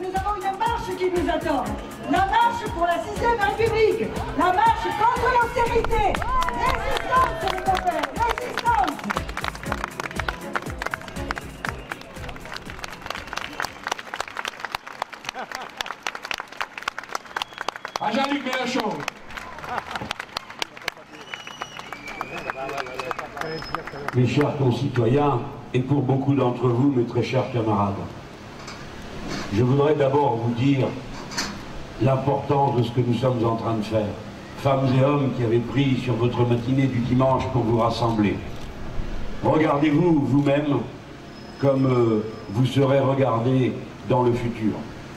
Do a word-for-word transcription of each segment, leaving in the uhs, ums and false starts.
nous avons une marche qui nous attend. La marche pour la sixième République. La marche contre l'austérité. Résistance, les copains, résistance. À Jean-Luc Mélenchon. Mes chers concitoyens, et pour beaucoup d'entre vous, mes très chers camarades, je voudrais d'abord vous dire l'importance de ce que nous sommes en train de faire. Femmes et hommes qui avez pris sur votre matinée du dimanche pour vous rassembler. Regardez-vous vous-même comme euh, vous serez regardés dans le futur.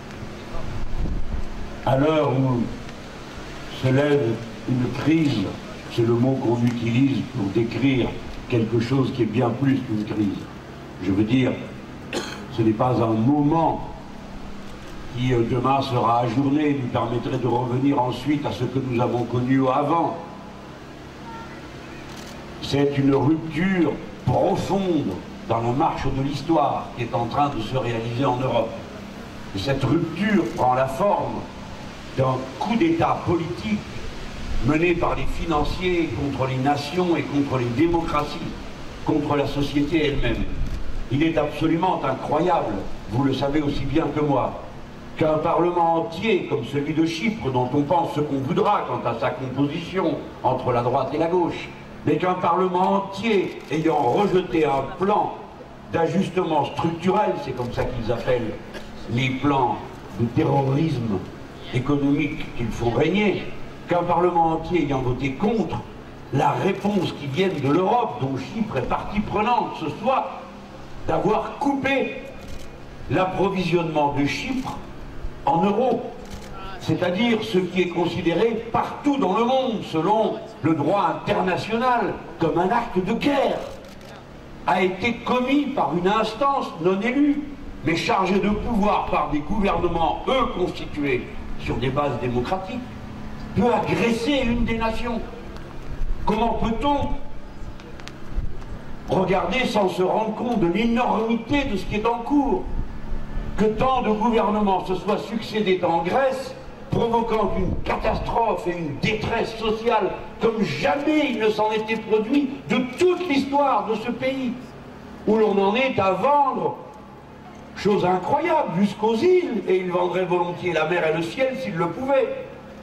À l'heure où se lève une crise, c'est le mot qu'on utilise pour décrire quelque chose qui est bien plus qu'une crise. Je veux dire, ce n'est pas un moment qui euh, demain sera ajourné, nous permettrait de revenir ensuite à ce que nous avons connu avant. C'est une rupture profonde dans la marche de l'histoire qui est en train de se réaliser en Europe. Et cette rupture prend la forme d'un coup d'État politique mené par les financiers contre les nations et contre les démocraties, contre la société elle-même. Il est absolument incroyable, vous le savez aussi bien que moi, qu'un Parlement entier, comme celui de Chypre, dont on pense ce qu'on voudra quant à sa composition entre la droite et la gauche, mais qu'un Parlement entier ayant rejeté un plan d'ajustement structurel, c'est comme ça qu'ils appellent les plans de terrorisme économique qu'il faut régner, qu'un Parlement entier ayant voté contre la réponse qui vient de l'Europe, dont Chypre est partie prenante, ce soit d'avoir coupé l'approvisionnement de Chypre en euros, c'est-à-dire ce qui est considéré partout dans le monde, selon le droit international, comme un acte de guerre, a été commis par une instance non élue, mais chargée de pouvoir par des gouvernements, eux, constitués sur des bases démocratiques, peut agresser une des nations. Comment peut-on regarder sans se rendre compte de l'énormité de ce qui est en cours? Que tant de gouvernements se soient succédés en Grèce, provoquant une catastrophe et une détresse sociale comme jamais il ne s'en était produit de toute l'histoire de ce pays, où l'on en est à vendre, chose incroyable, jusqu'aux îles, et ils vendraient volontiers la mer et le ciel s'ils le pouvaient.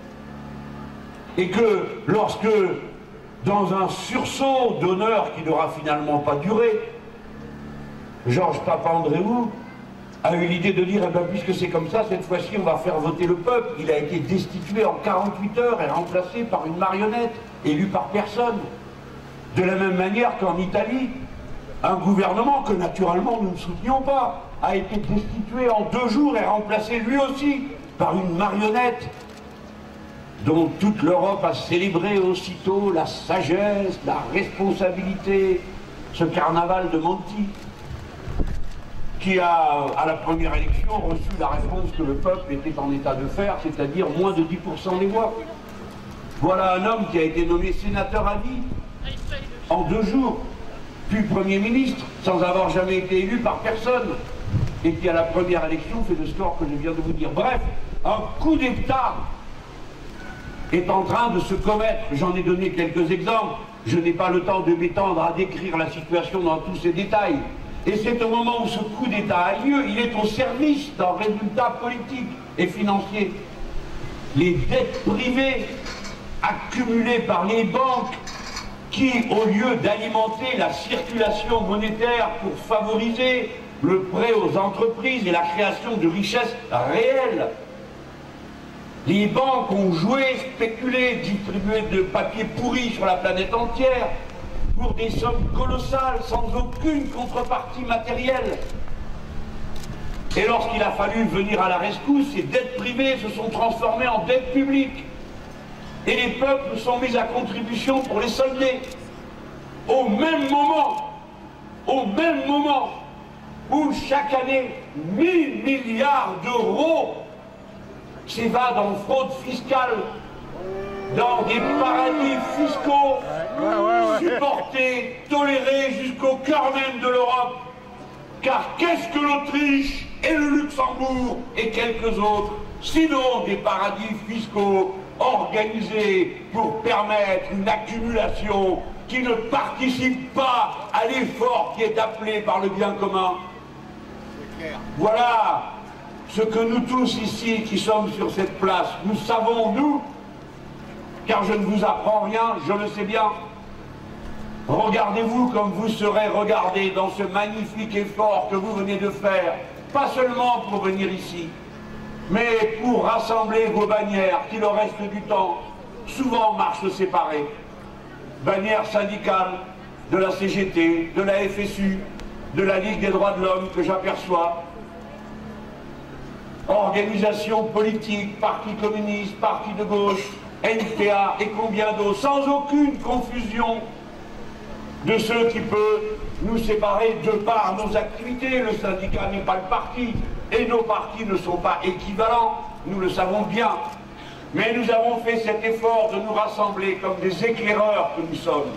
Et que lorsque, dans un sursaut d'honneur qui n'aura finalement pas duré, Georges Papandréou a eu l'idée de dire, eh bien, puisque c'est comme ça, cette fois-ci on va faire voter le peuple. Il a été destitué en quarante-huit heures et remplacé par une marionnette, élue par personne. De la même manière qu'en Italie, un gouvernement que naturellement nous ne soutenions pas, a été destitué en deux jours et remplacé lui aussi par une marionnette dont toute l'Europe a célébré aussitôt la sagesse, la responsabilité, ce carnaval de Monti, qui a, à la première élection, reçu la réponse que le peuple était en état de faire, c'est-à-dire moins de dix pour cent des voix. Voilà un homme qui a été nommé sénateur à vie en deux jours, puis Premier ministre, sans avoir jamais été élu par personne, et qui à la première élection fait le score que je viens de vous dire. Bref, un coup d'État est en train de se commettre. J'en ai donné quelques exemples, je n'ai pas le temps de m'étendre à décrire la situation dans tous ses détails. Et c'est au moment où ce coup d'État a lieu, il est au service d'un résultat politique et financier. Les dettes privées accumulées par les banques qui, au lieu d'alimenter la circulation monétaire pour favoriser le prêt aux entreprises et la création de richesses réelles, les banques ont joué, spéculé, distribué de papier pourri sur la planète entière pour des sommes colossales, sans aucune contrepartie matérielle. Et lorsqu'il a fallu venir à la rescousse, ces dettes privées se sont transformées en dettes publiques. Et les peuples sont mis à contribution pour les solder. Au même moment, au même moment où chaque année, mille milliards d'euros s'évadent en fraude fiscale dans des paradis fiscaux supportés, tolérés jusqu'au cœur même de l'Europe Car qu'est-ce que l'Autriche et le Luxembourg et quelques autres, sinon des paradis fiscaux organisés pour permettre une accumulation qui ne participe pas à l'effort qui est appelé par le bien commun? Voilà ce que nous tous ici qui sommes sur cette place, nous savons, nous, car je ne vous apprends rien, je le sais bien. Regardez-vous comme vous serez regardés dans ce magnifique effort que vous venez de faire, pas seulement pour venir ici, mais pour rassembler vos bannières, qu'il en reste du temps, souvent en marche séparée. Bannières syndicales de la C G T, de la F S U, de la Ligue des droits de l'homme que j'aperçois, organisations politiques, parti communiste, parti de gauche, N P A et combien d'autres, sans aucune confusion de ceux qui peuvent nous séparer de par nos activités. Le syndicat n'est pas le parti, et nos partis ne sont pas équivalents, nous le savons bien. Mais nous avons fait cet effort de nous rassembler comme des éclaireurs que nous sommes.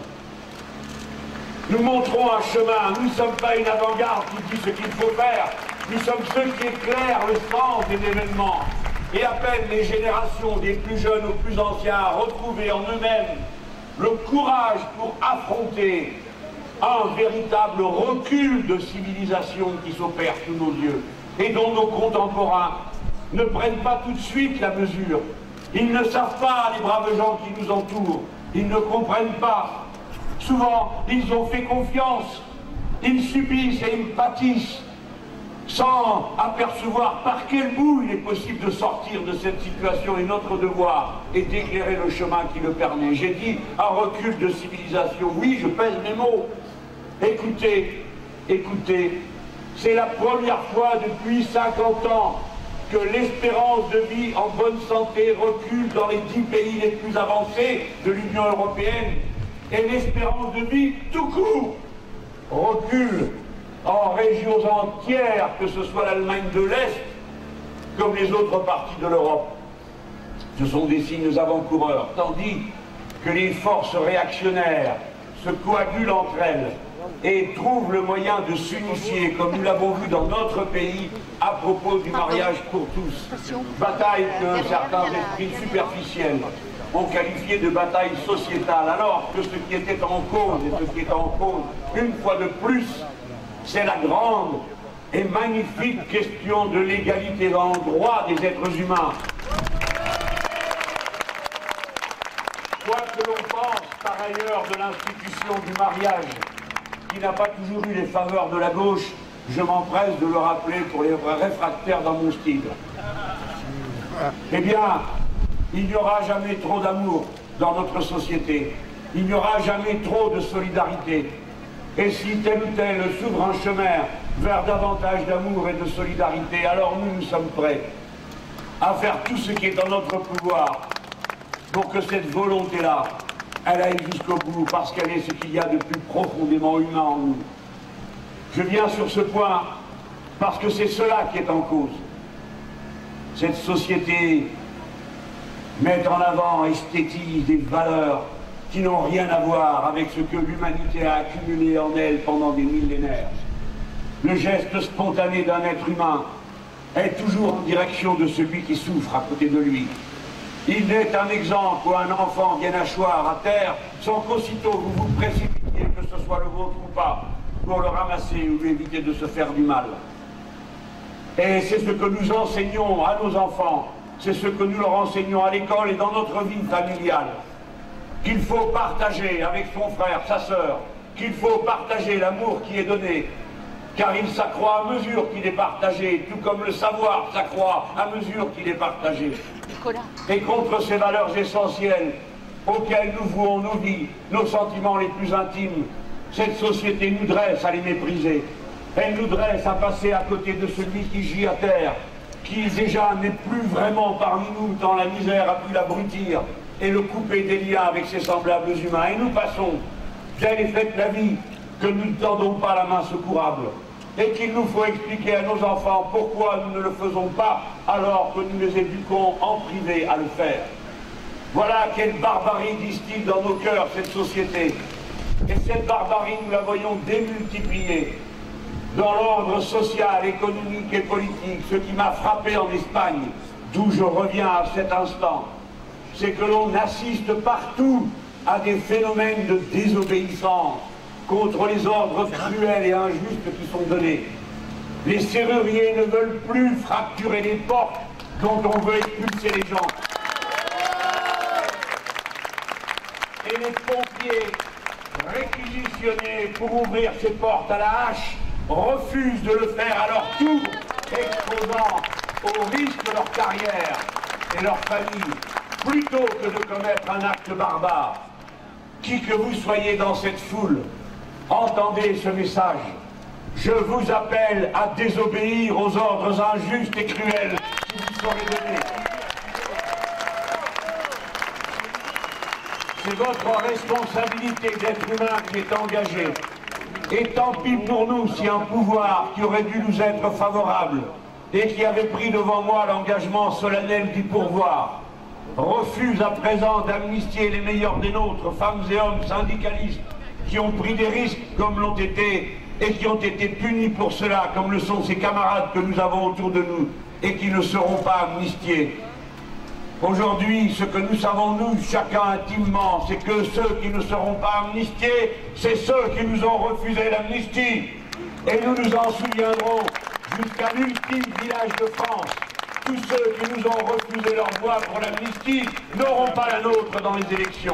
Nous montrons un chemin, nous ne sommes pas une avant-garde qui dit ce qu'il faut faire, nous sommes ceux qui éclairent le sens des événements et appellent les générations des plus jeunes aux plus anciens à retrouver en eux-mêmes le courage pour affronter un véritable recul de civilisation qui s'opère sous nos yeux et dont nos contemporains ne prennent pas tout de suite la mesure. Ils ne savent pas, les braves gens qui nous entourent, ils ne comprennent pas. Souvent, ils ont fait confiance, ils subissent et ils pâtissent sans apercevoir par quel bout il est possible de sortir de cette situation, et notre devoir est d'éclairer le chemin qui le permet. J'ai dit un recul de civilisation, oui, je pèse mes mots. Écoutez, écoutez, c'est la première fois depuis cinquante ans que l'espérance de vie en bonne santé recule dans les dix pays les plus avancés de l'Union européenne, et l'espérance de vie tout court recule en régions entières, que ce soit l'Allemagne de l'Est comme les autres parties de l'Europe. Ce sont des signes avant-coureurs, tandis que les forces réactionnaires se coagulent entre elles et trouvent le moyen de s'unifier, comme nous l'avons vu dans notre pays à propos du mariage pour tous. Bataille que certains esprits superficiels ont qualifié de bataille sociétale, alors que ce qui était en cause, et ce qui est en cause, une fois de plus, c'est la grande et magnifique question de l'égalité dans le droit des êtres humains. Quoi que l'on pense par ailleurs de l'institution du mariage, qui n'a pas toujours eu les faveurs de la gauche, je m'empresse de le rappeler pour les réfractaires dans mon style. Eh bien, il n'y aura jamais trop d'amour dans notre société. Il n'y aura jamais trop de solidarité. Et si tel ou tel s'ouvre un chemin vers davantage d'amour et de solidarité, alors nous, nous sommes prêts à faire tout ce qui est dans notre pouvoir pour que cette volonté-là, elle aille jusqu'au bout, parce qu'elle est ce qu'il y a de plus profondément humain en nous. Je viens sur ce point parce que c'est cela qui est en cause. Cette société met en avant, esthétise des valeurs qui n'ont rien à voir avec ce que l'humanité a accumulé en elle pendant des millénaires. Le geste spontané d'un être humain est toujours en direction de celui qui souffre à côté de lui. Il n'est un exemple où un enfant vienne asseoir à terre sans qu'aussitôt vous vous précipitiez, que ce soit le vôtre ou pas, pour le ramasser ou lui éviter de se faire du mal. Et c'est ce que nous enseignons à nos enfants, c'est ce que nous leur enseignons à l'école et dans notre vie familiale. Qu'il faut partager avec son frère, sa sœur, qu'il faut partager l'amour qui est donné, car il s'accroît à mesure qu'il est partagé, tout comme le savoir s'accroît à mesure qu'il est partagé. Et contre ces valeurs essentielles auxquelles nous vouons nos vies, nos sentiments les plus intimes, cette société nous dresse à les mépriser. Elle nous dresse à passer à côté de celui qui gît à terre, qui déjà n'est plus vraiment parmi nous, tant la misère a pu l'abrutir et le couper des liens avec ses semblables humains. Et nous passons, telle est faite la vie, que nous ne tendons pas la main secourable, et qu'il nous faut expliquer à nos enfants pourquoi nous ne le faisons pas alors que nous les éduquons en privé à le faire. Voilà quelle barbarie distille dans nos cœurs cette société. Et cette barbarie, nous la voyons démultipliée dans l'ordre social, économique et politique, ce qui m'a frappé en Espagne, d'où je reviens à cet instant, c'est que l'on assiste partout à des phénomènes de désobéissance contre les ordres cruels et injustes qui sont donnés. Les serruriers ne veulent plus fracturer les portes dont on veut expulser les gens. Et les pompiers réquisitionnés pour ouvrir ces portes à la hache refusent de le faire à leur tour, exposant au risque de leur carrière et leur famille, plutôt que de commettre un acte barbare. Qui que vous soyez dans cette foule, entendez ce message. Je vous appelle à désobéir aux ordres injustes et cruels qui vous sont donnés. C'est votre responsabilité d'être humain qui est engagée. Et tant pis pour nous si un pouvoir qui aurait dû nous être favorable et qui avait pris devant moi l'engagement solennel d'y pourvoir refuse à présent d'amnistier les meilleurs des nôtres, femmes et hommes syndicalistes, qui ont pris des risques comme l'ont été et qui ont été punis pour cela, comme le sont ces camarades que nous avons autour de nous et qui ne seront pas amnistiés. Aujourd'hui, ce que nous savons, nous, chacun intimement, c'est que ceux qui ne seront pas amnistiés, c'est ceux qui nous ont refusé l'amnistie. Et nous nous en souviendrons jusqu'à l'ultime village de France. Tous ceux qui nous ont refusé leur voix pour l'amnistie n'auront pas la nôtre dans les élections.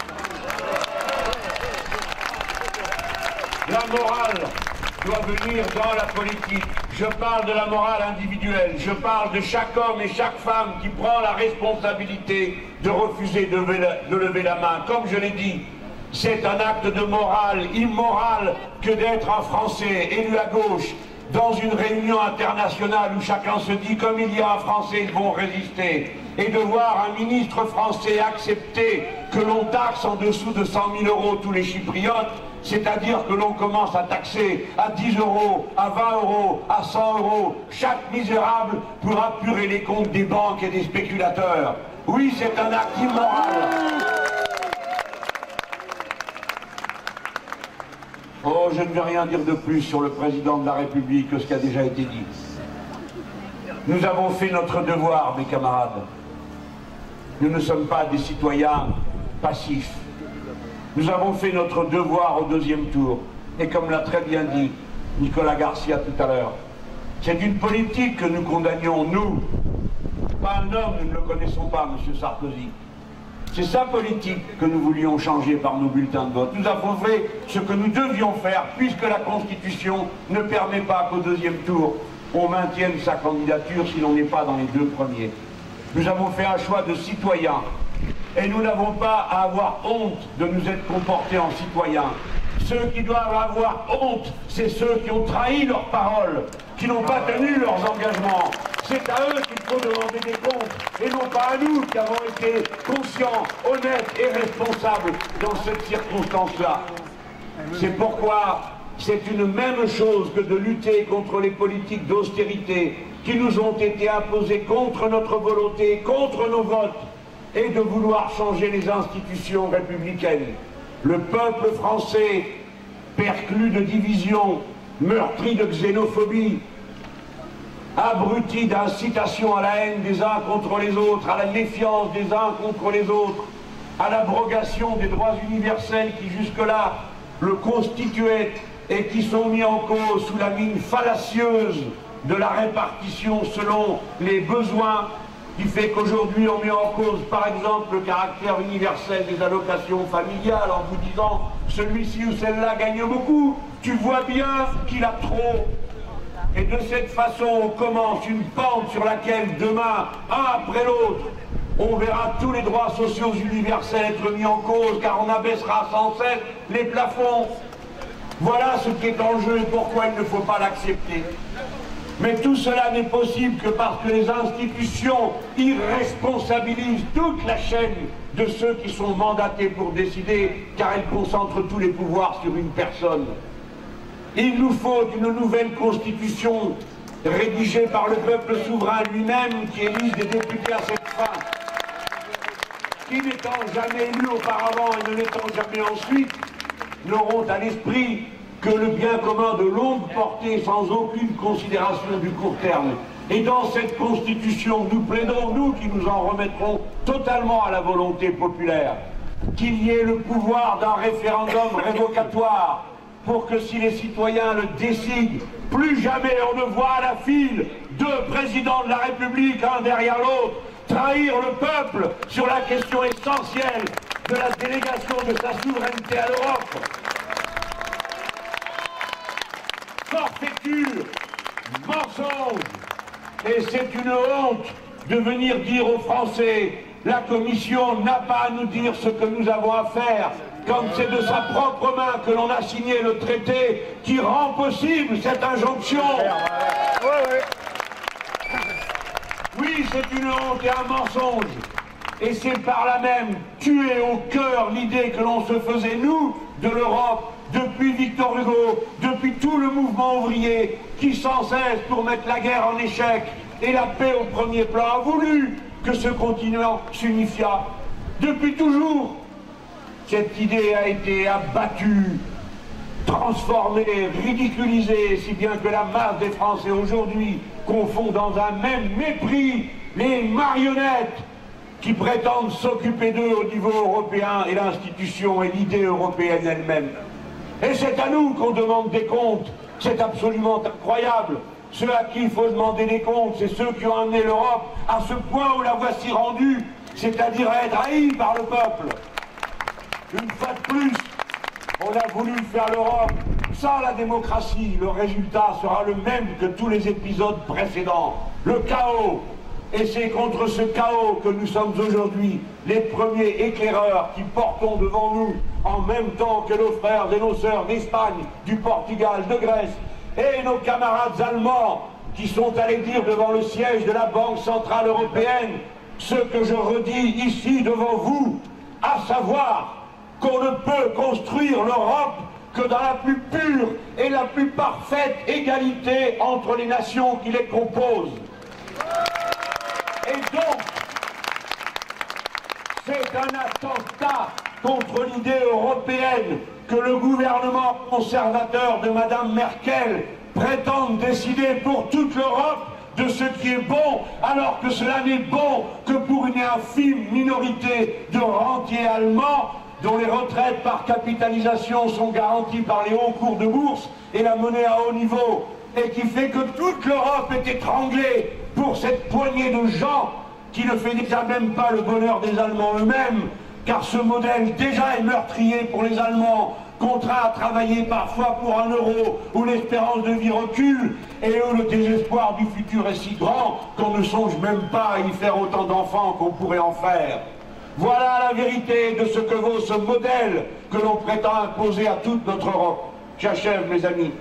La morale doit venir dans la politique. Je parle de la morale individuelle, je parle de chaque homme et chaque femme qui prend la responsabilité de refuser de lever la, de lever la main. Comme je l'ai dit, c'est un acte de morale immoral que d'être un Français élu à gauche dans une réunion internationale où chacun se dit comme il y a un Français, ils vont résister. Et de voir un ministre français accepter que l'on taxe en dessous de cent mille euros tous les Chypriotes, c'est-à-dire que l'on commence à taxer à dix euros, à vingt euros, à cent euros, chaque misérable pour apurer les comptes des banques et des spéculateurs. Oui, c'est un acte immoral. Oh, je ne vais rien dire de plus sur le président de la République que ce qui a déjà été dit. Nous avons fait notre devoir, mes camarades. Nous ne sommes pas des citoyens passifs. Nous avons fait notre devoir au deuxième tour. Et comme l'a très bien dit Nicolas Garcia tout à l'heure, c'est une politique que nous condamnions, nous. Pas un homme, nous ne le connaissons pas, M. Sarkozy. C'est sa politique que nous voulions changer par nos bulletins de vote. Nous avons fait ce que nous devions faire, puisque la Constitution ne permet pas qu'au deuxième tour, on maintienne sa candidature si l'on n'est pas dans les deux premiers. Nous avons fait un choix de citoyen. Et nous n'avons pas à avoir honte de nous être comportés en citoyens. Ceux qui doivent avoir honte, c'est ceux qui ont trahi leurs paroles, qui n'ont pas tenu leurs engagements. C'est à eux qu'il faut demander des comptes, et non pas à nous qui avons été conscients, honnêtes et responsables dans cette circonstance-là. C'est pourquoi c'est une même chose que de lutter contre les politiques d'austérité qui nous ont été imposées contre notre volonté, contre nos votes, et de vouloir changer les institutions républicaines. Le peuple français, perclus de division, meurtri de xénophobie, abruti d'incitation à la haine des uns contre les autres, à la méfiance des uns contre les autres, à l'abrogation des droits universels qui jusque-là le constituaient et qui sont mis en cause sous la mine fallacieuse de la répartition selon les besoins, qui fait qu'aujourd'hui on met en cause par exemple le caractère universel des allocations familiales en vous disant celui-ci ou celle-là gagne beaucoup, tu vois bien qu'il a trop. Et de cette façon on commence une pente sur laquelle demain, un après l'autre, on verra tous les droits sociaux universels être mis en cause car on abaissera sans cesse les plafonds. Voilà ce qui est en jeu et pourquoi il ne faut pas l'accepter. Mais tout cela n'est possible que parce que les institutions irresponsabilisent toute la chaîne de ceux qui sont mandatés pour décider, car elles concentrent tous les pouvoirs sur une personne. Il nous faut une nouvelle constitution rédigée par le peuple souverain lui-même qui élise des députés à cette fin, qui n'étant jamais élus auparavant et ne l'étant jamais ensuite, n'auront à l'esprit que le bien commun de longue portée sans aucune considération du court terme. Et dans cette Constitution, nous plaidons, nous qui nous en remettrons totalement à la volonté populaire, qu'il y ait le pouvoir d'un référendum révocatoire pour que si les citoyens le décident, plus jamais on ne voit à la file deux présidents de la République, un derrière l'autre, trahir le peuple sur la question essentielle de la délégation de sa souveraineté à l'Europe. Forfaiture, mensonge, et c'est une honte de venir dire aux Français la Commission n'a pas à nous dire ce que nous avons à faire, comme c'est de sa propre main que l'on a signé le traité qui rend possible cette injonction. Oui, c'est une honte et un mensonge. Et c'est par là même tuer au cœur l'idée que l'on se faisait, nous, de l'Europe, depuis Victor Hugo, depuis tout le mouvement ouvrier, qui sans cesse, pour mettre la guerre en échec et la paix au premier plan, a voulu que ce continent s'unifiât. Depuis toujours, cette idée a été abattue, transformée, ridiculisée, si bien que la masse des Français aujourd'hui confond dans un même mépris les marionnettes qui prétendent s'occuper d'eux au niveau européen et l'institution et l'idée européenne elle-même. Et c'est à nous qu'on demande des comptes, c'est absolument incroyable. Ceux à qui il faut demander des comptes, c'est ceux qui ont amené l'Europe à ce point où la voici rendue, c'est-à-dire à être haïs par le peuple. Une fois de plus, on a voulu faire l'Europe sans la démocratie. Le résultat sera le même que tous les épisodes précédents. Le chaos. Et c'est contre ce chaos que nous sommes aujourd'hui les premiers éclaireurs qui portons devant nous, en même temps que nos frères et nos sœurs d'Espagne, du Portugal, de Grèce, et nos camarades allemands qui sont allés dire devant le siège de la Banque Centrale Européenne ce que je redis ici devant vous, à savoir qu'on ne peut construire l'Europe que dans la plus pure et la plus parfaite égalité entre les nations qui les composent. Et donc, c'est un attentat contre l'idée européenne que le gouvernement conservateur de Madame Merkel prétende décider pour toute l'Europe de ce qui est bon, alors que cela n'est bon que pour une infime minorité de rentiers allemands dont les retraites par capitalisation sont garanties par les hauts cours de bourse et la monnaie à haut niveau, et qui fait que toute l'Europe est étranglée pour cette poignée de gens qui ne fait déjà même pas le bonheur des Allemands eux-mêmes, car ce modèle déjà est meurtrier pour les Allemands, contraints à travailler parfois pour un euro, où l'espérance de vie recule et où le désespoir du futur est si grand qu'on ne songe même pas à y faire autant d'enfants qu'on pourrait en faire. Voilà la vérité de ce que vaut ce modèle que l'on prétend imposer à toute notre Europe. J'achève, mes amis,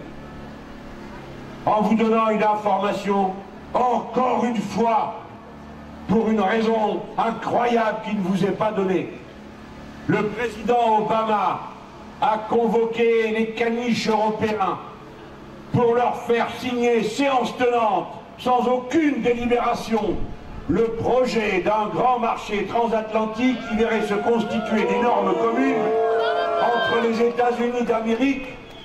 en vous donnant une information, encore une fois, pour une raison incroyable qui ne vous est pas donnée. Le président Obama a convoqué les caniches européens pour leur faire signer séance tenante, sans aucune délibération, le projet d'un grand marché transatlantique qui verrait se constituer d'énormes communes entre les États-Unis d'Amérique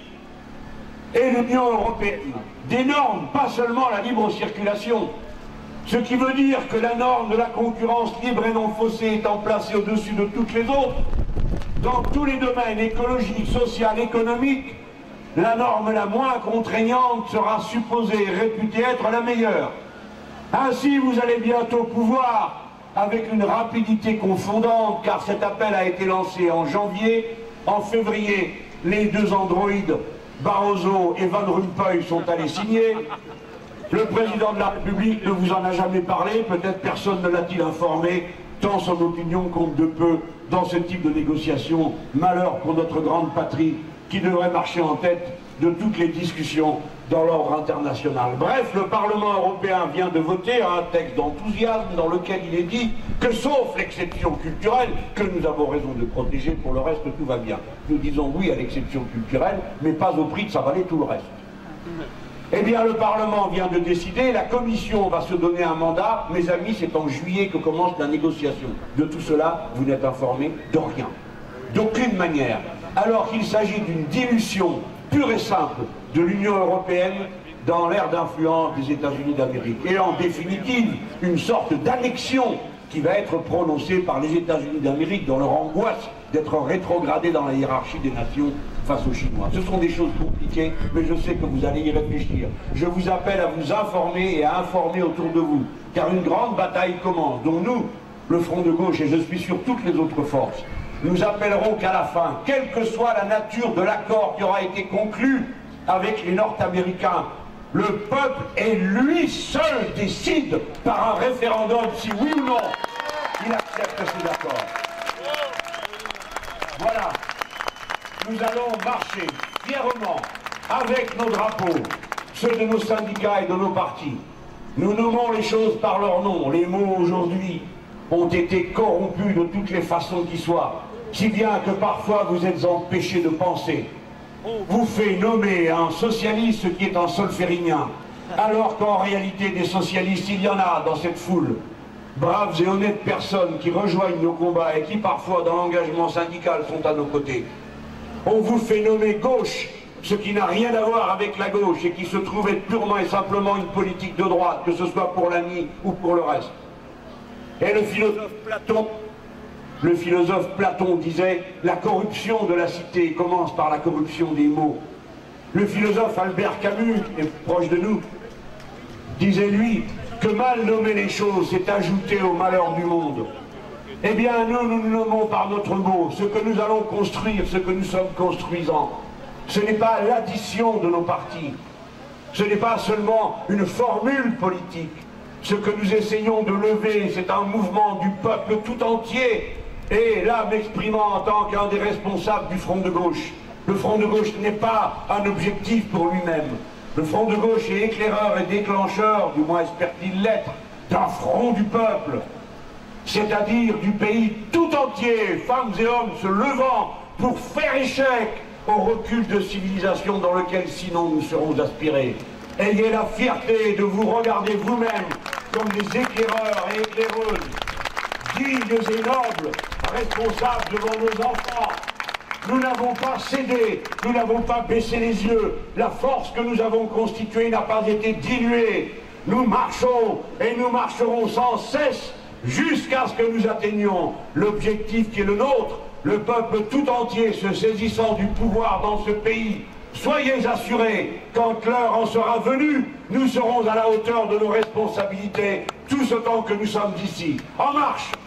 et l'Union européenne. Des normes, pas seulement la libre circulation, ce qui veut dire que la norme de la concurrence libre et non faussée étant placée au-dessus de toutes les autres, dans tous les domaines écologiques, social, économiques, la norme la moins contraignante sera supposée et réputée être la meilleure. Ainsi, vous allez bientôt pouvoir, avec une rapidité confondante, car cet appel a été lancé en janvier, en février, les deux androïdes, Barroso et Van Rompuy, sont allés signer. Le président de la République ne vous en a jamais parlé, peut-être personne ne l'a-t-il informé, tant son opinion compte de peu dans ce type de négociation. Malheur pour notre grande patrie qui devrait marcher en tête de toutes les discussions dans l'ordre international. Bref, le Parlement européen vient de voter un texte d'enthousiasme dans lequel il est dit que sauf l'exception culturelle, que nous avons raison de protéger, pour le reste tout va bien. Nous disons oui à l'exception culturelle, mais pas au prix de s'avaler tout le reste. Eh bien, le Parlement vient de décider, la Commission va se donner un mandat. Mes amis, c'est en juillet que commence la négociation. De tout cela, vous n'êtes informés de rien. D'aucune manière. Alors qu'il s'agit d'une dilution pure et simple de l'Union européenne dans l'ère d'influence des États-Unis d'Amérique. Et en définitive, une sorte d'annexion qui va être prononcée par les États-Unis d'Amérique dans leur angoisse d'être rétrogradés dans la hiérarchie des nations face aux Chinois. Ce sont des choses compliquées, mais je sais que vous allez y réfléchir. Je vous appelle à vous informer et à informer autour de vous, car une grande bataille commence, dont nous, le Front de gauche, et je suis sûr toutes les autres forces, nous appellerons qu'à la fin, quelle que soit la nature de l'accord qui aura été conclu avec les Nord-Américains, le peuple et lui seul décide par un référendum si oui ou non il accepte ces accords. Voilà, nous allons marcher fièrement avec nos drapeaux, ceux de nos syndicats et de nos partis. Nous nommons les choses par leur nom. Les mots aujourd'hui ont été corrompus de toutes les façons qui soient, si bien que parfois vous êtes empêchés de penser. Vous fait nommer un socialiste qui est un solférinien, alors qu'en réalité des socialistes il y en a dans cette foule. Braves et honnêtes personnes qui rejoignent nos combats et qui parfois dans l'engagement syndical sont à nos côtés. On vous fait nommer gauche, ce qui n'a rien à voir avec la gauche et qui se trouve être purement et simplement une politique de droite, que ce soit pour l'A N I ou pour le reste. Et le philosophe Platon, le philosophe Platon disait « La corruption de la cité commence par la corruption des mots ». Le philosophe Albert Camus, est proche de nous, disait lui que mal nommer les choses, c'est ajouter au malheur du monde. Eh bien, nous, nous nous nommons par notre mot ce que nous allons construire, ce que nous sommes construisant. Ce n'est pas l'addition de nos partis, ce n'est pas seulement une formule politique. Ce que nous essayons de lever, c'est un mouvement du peuple tout entier. Et là, m'exprimant en tant qu'un des responsables du Front de gauche, le Front de gauche n'est pas un objectif pour lui-même. Le Front de gauche est éclaireur et déclencheur, du moins espère-t-il l'être, d'un front du peuple, c'est-à-dire du pays tout entier, femmes et hommes se levant pour faire échec au recul de civilisation dans lequel sinon nous serons aspirés. Ayez la fierté de vous regarder vous-même comme des éclaireurs et éclaireuses, dignes et nobles, responsables devant nos enfants. Nous n'avons pas cédé, nous n'avons pas baissé les yeux. La force que nous avons constituée n'a pas été diluée. Nous marchons et nous marcherons sans cesse jusqu'à ce que nous atteignions l'objectif qui est le nôtre, le peuple tout entier se saisissant du pouvoir dans ce pays. Soyez assurés, quand l'heure en sera venue, nous serons à la hauteur de nos responsabilités, tout ce temps que nous sommes ici. En marche!